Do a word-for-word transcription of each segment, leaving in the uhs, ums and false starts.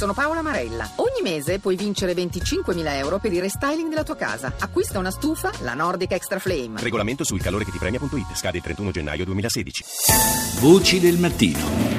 Sono Paola Marella. Ogni mese puoi vincere venticinquemila euro per il restyling della tua casa. Acquista una stufa, la Nordic Extra Flame. Regolamento sul calore che ti premia punto it. Scade il trentuno gennaio duemilasedici. Voci del mattino.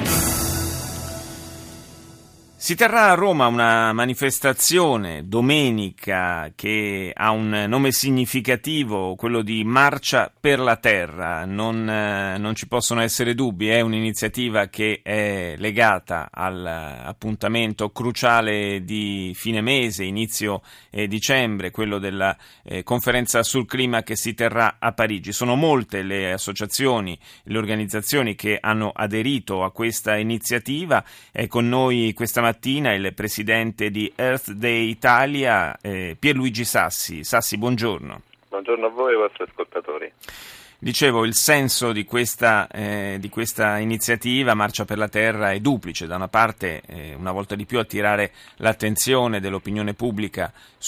Si terrà a Roma una manifestazione domenica che ha un nome significativo, quello di Marcia per la Terra. Non, eh, non ci possono essere dubbi, è un'iniziativa che è legata all'appuntamento cruciale di fine mese, inizio eh, dicembre, quello della eh, conferenza sul clima che si terrà a Parigi. Sono molte le associazioni, le organizzazioni che hanno aderito a questa iniziativa. È con noi questa mattina il presidente di Earth Day Italia, eh, Pierluigi Sassi. Sassi, buongiorno. Buongiorno a voi e ai vostri ascoltatori. Dicevo, il senso di questa, eh, di questa iniziativa, Marcia per la Terra, è duplice. Da una parte, eh, una volta di più, attirare l'attenzione dell'opinione pubblica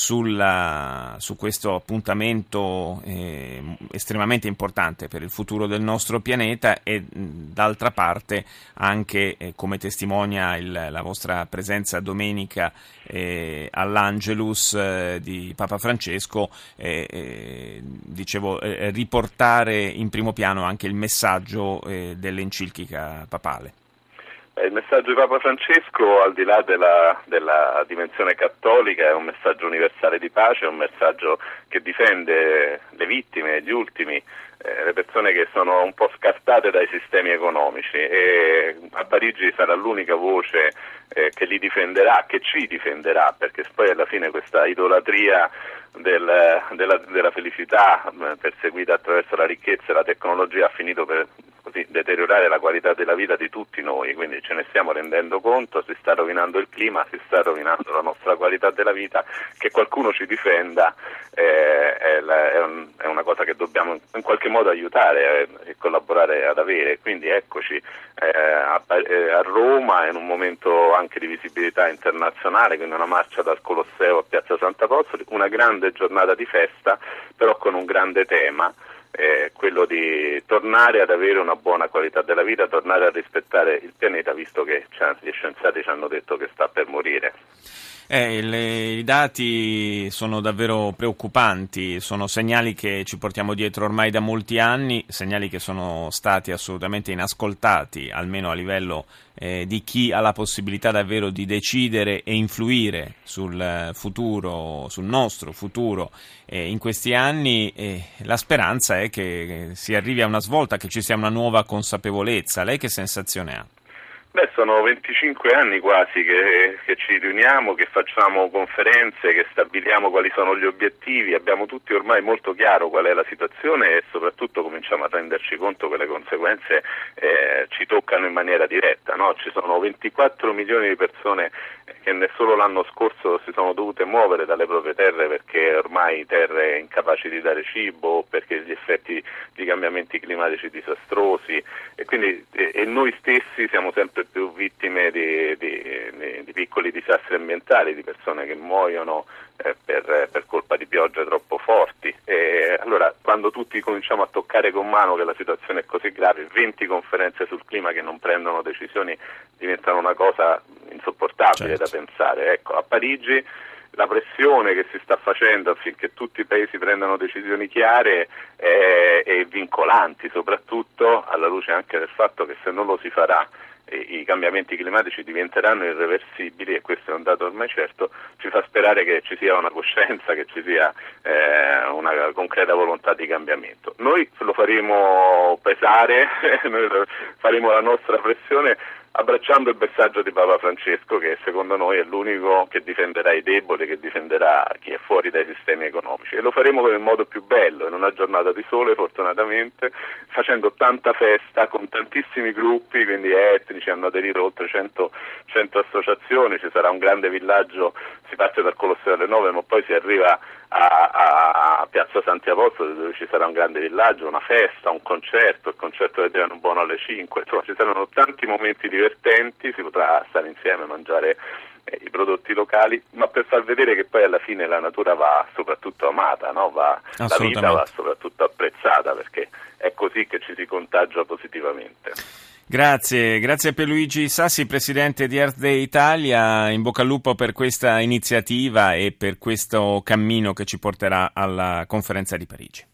sulla, su questo appuntamento eh, estremamente importante per il futuro del nostro pianeta e, d'altra parte, anche, eh, come testimonia il, la vostra presenza domenica eh, all'Angelus eh, di Papa Francesco, eh, eh, dicevo, eh, riportare in primo piano anche il messaggio eh, dell'enciclica papale. Il messaggio di Papa Francesco, al di là della, della dimensione cattolica, è un messaggio universale di pace, è un messaggio che difende le vittime, gli ultimi, eh, le persone che sono un po' scartate dai sistemi economici, e a Parigi sarà l'unica voce eh, che li difenderà, che ci difenderà, perché poi alla fine questa idolatria del, della, della felicità eh, perseguita attraverso la ricchezza e la tecnologia ha finito per così deteriorare la qualità della vita di tutti noi, quindi ce ne stiamo rendendo conto, si sta rovinando il clima, si sta rovinando la nostra qualità della vita. Che qualcuno ci difenda eh, è, la, è, un, è una cosa che dobbiamo in qualche modo aiutare e eh, collaborare ad avere, quindi eccoci eh, a, eh, a Roma in un momento anche di visibilità internazionale, quindi una marcia dal Colosseo a Piazza Sant'Apostoli, una grande giornata di festa, però con un grande tema. Eh, quello di tornare ad avere una buona qualità della vita, tornare a rispettare il pianeta, visto che cioè, gli scienziati ci hanno detto che sta per morire. Eh, le, I dati sono davvero preoccupanti, sono segnali che ci portiamo dietro ormai da molti anni, segnali che sono stati assolutamente inascoltati, almeno a livello eh, di chi ha la possibilità davvero di decidere e influire sul futuro, sul nostro futuro eh, in questi anni. Eh, la speranza è che si arrivi a una svolta, che ci sia una nuova consapevolezza. Lei che sensazione ha? Beh, sono venticinque anni quasi che, che ci riuniamo, che facciamo conferenze, che stabiliamo quali sono gli obiettivi, abbiamo tutti ormai molto chiaro qual è la situazione e soprattutto cominciamo a renderci conto che le conseguenze eh, ci toccano in maniera diretta, no? Ci sono ventiquattro milioni di persone che solo l'anno scorso si sono dovute muovere dalle proprie terre perché ormai terre incapaci di dare cibo, perché gli effetti di cambiamenti climatici disastrosi, e quindi e, e noi stessi siamo sempre più vittime di, di, di, di piccoli disastri ambientali, di persone che muoiono eh, per, per colpa di piogge troppo forti. E allora, quando tutti cominciamo a toccare con mano che la situazione è così grave, venti conferenze sul clima che non prendono decisioni diventano una cosa insopportabile, certo, da pensare. Ecco, a Parigi la pressione che si sta facendo affinché tutti i paesi prendano decisioni chiare è, è vincolanti, soprattutto alla luce anche del fatto che se non lo si farà i cambiamenti climatici diventeranno irreversibili, e questo è un dato ormai certo. Ci fa sperare che ci sia una coscienza, che ci sia eh, una concreta volontà di cambiamento. Noi lo faremo pesare, noi faremo la nostra pressione abbracciando il messaggio di Papa Francesco, che secondo noi è l'unico che difenderà i deboli, che difenderà chi è fuori dai sistemi economici, e lo faremo nel modo più bello, in una giornata di sole fortunatamente, facendo tanta festa con tantissimi gruppi, quindi etnici, hanno aderito oltre cento, cento associazioni, ci sarà un grande villaggio, si parte dal Colosseo alle nove ma poi si arriva a, a, a Piazza Santi Apostoli, dove ci sarà un grande villaggio, una festa, un concerto, il concerto del Divano Buono alle cinque, insomma ci saranno tanti momenti divertenti, si potrà stare insieme, mangiare eh, i prodotti locali, ma per far vedere che poi alla fine la natura va soprattutto amata, no? Va, la vita va soprattutto apprezzata, perché è così che ci si contagia positivamente. Grazie, grazie a Pierluigi Sassi, presidente di Earth Day Italia. In bocca al lupo per questa iniziativa e per questo cammino che ci porterà alla conferenza di Parigi.